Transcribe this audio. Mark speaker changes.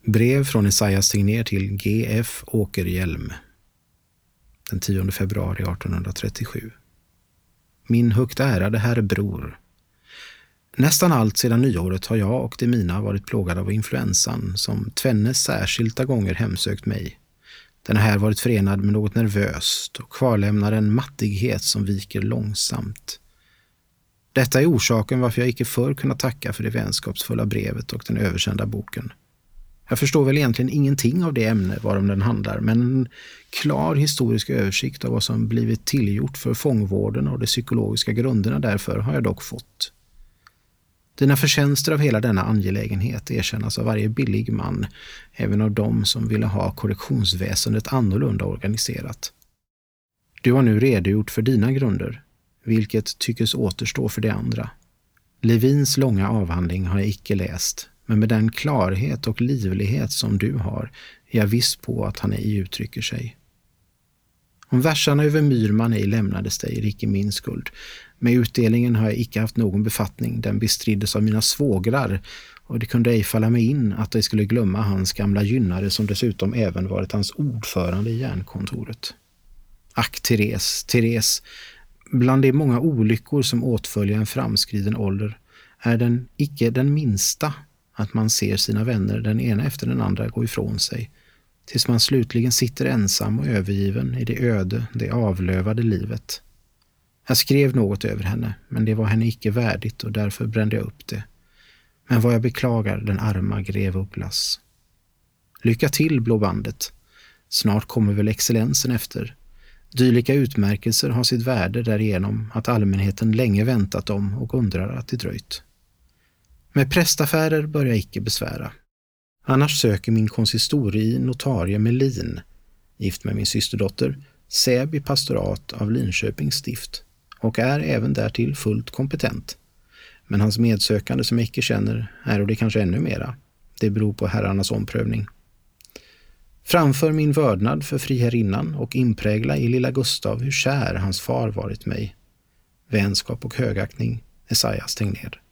Speaker 1: Brev från Esaias Tegnér till G.F. Åkerhielm. Den 10 februari 1837. Min högt ärade herr bror. Nästan allt sedan nyåret har jag och de mina varit plågade av influensan som tvenne särskilda gånger hemsökt mig. Den har här varit förenad med något nervöst och kvarlämnar en mattighet som viker långsamt. Detta är orsaken varför jag icke förr kunnat tacka för det vänskapsfulla brevet och den översända boken. Jag förstår väl egentligen ingenting av det ämne varom den handlar, men en klar historisk översikt av vad som blivit tillgjort för fångvården och de psykologiska grunderna därför har jag dock fått. Dina förtjänster av hela denna angelägenhet erkännas av varje billig man, även av dem som ville ha korrektionsväsendet annorlunda organiserat. Du har nu redogjort för dina grunder, vilket tyckes återstå för de andra. Levins långa avhandling har jag icke läst, men med den klarhet och livlighet som du har är jag viss på att han ej uttrycker sig. Om versarna över Myrman ej lämnades dig är icke min skuld. Med utdelningen har jag icke haft någon befattning, den bestriddes av mina svågrar, och det kunde ej falla mig in att jag skulle glömma hans gamla gynnare som dessutom även varit hans ordförande i järnkontoret. Ack, Therese, bland de många olyckor som åtföljer en framskriden ålder är den icke den minsta att man ser sina vänner den ena efter den andra gå ifrån sig, tills man slutligen sitter ensam och övergiven i det öde, det avlövade livet. Jag skrev något över henne, men det var henne icke värdigt och därför brände jag upp det. Men vad jag beklagar den arma grev Ugglas. Lycka till, Blå bandet. Snart kommer väl excellensen efter. Dylika utmärkelser har sitt värde därigenom att allmänheten länge väntat dem och undrar att det dröjt. Med prästaffärer bör jag icke besvära. Annars söker min konsistorie notarie Melin, gift med min systerdotter, Säb i pastorat av Linköpings stift och är även därtill fullt kompetent. Men hans medsökande som jag icke känner är och det kanske ännu mera. Det beror på herrarnas omprövning. Framför min vördnad för friherrinnan och inprägla i lilla Gustav hur kär hans far varit mig. Vänskap och högaktning, Esaias Tegnér.